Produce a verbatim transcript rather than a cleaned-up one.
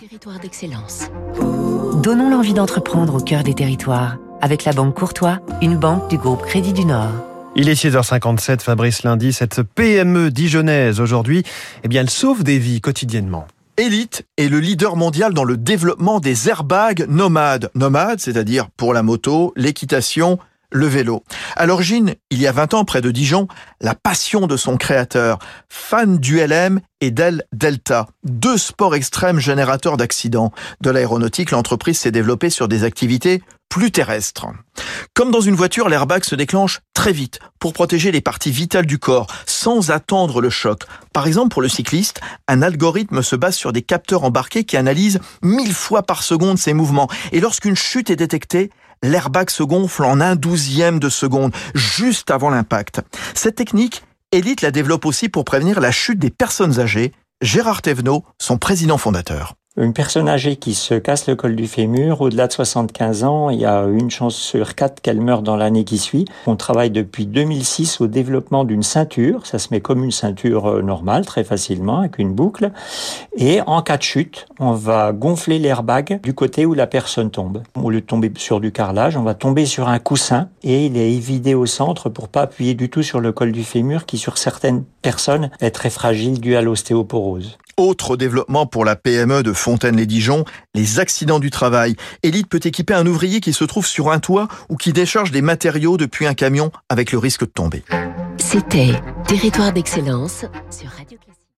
Territoire d'excellence. Donnons l'envie d'entreprendre au cœur des territoires avec la Banque Courtois, une banque du groupe Crédit du Nord. Il est six heures cinquante-sept, Fabrice Lundy. Cette P M E dijonnaise aujourd'hui, eh bien, elle sauve des vies quotidiennement. Elite est le leader mondial dans le développement des airbags nomades. Nomades, c'est-à-dire pour la moto, l'équitation, le vélo. À l'origine, il y a vingt ans, près de Dijon, la passion de son créateur, fan du L M et d'El Delta, deux sports extrêmes générateurs d'accidents. De l'aéronautique, l'entreprise s'est développée sur des activités plus terrestres. Comme dans une voiture, l'airbag se déclenche très vite pour protéger les parties vitales du corps, sans attendre le choc. Par exemple, pour le cycliste, un algorithme se base sur des capteurs embarqués qui analysent mille fois par seconde ses mouvements. Et lorsqu'une chute est détectée, l'airbag se gonfle en un douzième de seconde, juste avant l'impact. Cette technique, Elite la développe aussi pour prévenir la chute des personnes âgées. Gérard Thévenot, son président fondateur. Une personne âgée qui se casse le col du fémur, au-delà de soixante-quinze ans, il y a une chance sur quatre qu'elle meure dans l'année qui suit. On travaille depuis deux mille six au développement d'une ceinture. Ça se met comme une ceinture normale, très facilement, avec une boucle. Et en cas de chute, on va gonfler l'airbag du côté où la personne tombe. Au lieu de tomber sur du carrelage, on va tomber sur un coussin et il est évidé au centre pour pas appuyer du tout sur le col du fémur qui, sur certaines personnes, est très fragile dû à l'ostéoporose. Autre développement pour la P M E de Fontaine-lès-Dijon, les accidents du travail. Elite peut équiper un ouvrier qui se trouve sur un toit ou qui décharge des matériaux depuis un camion avec le risque de tomber. C'était Territoire d'excellence sur Radio.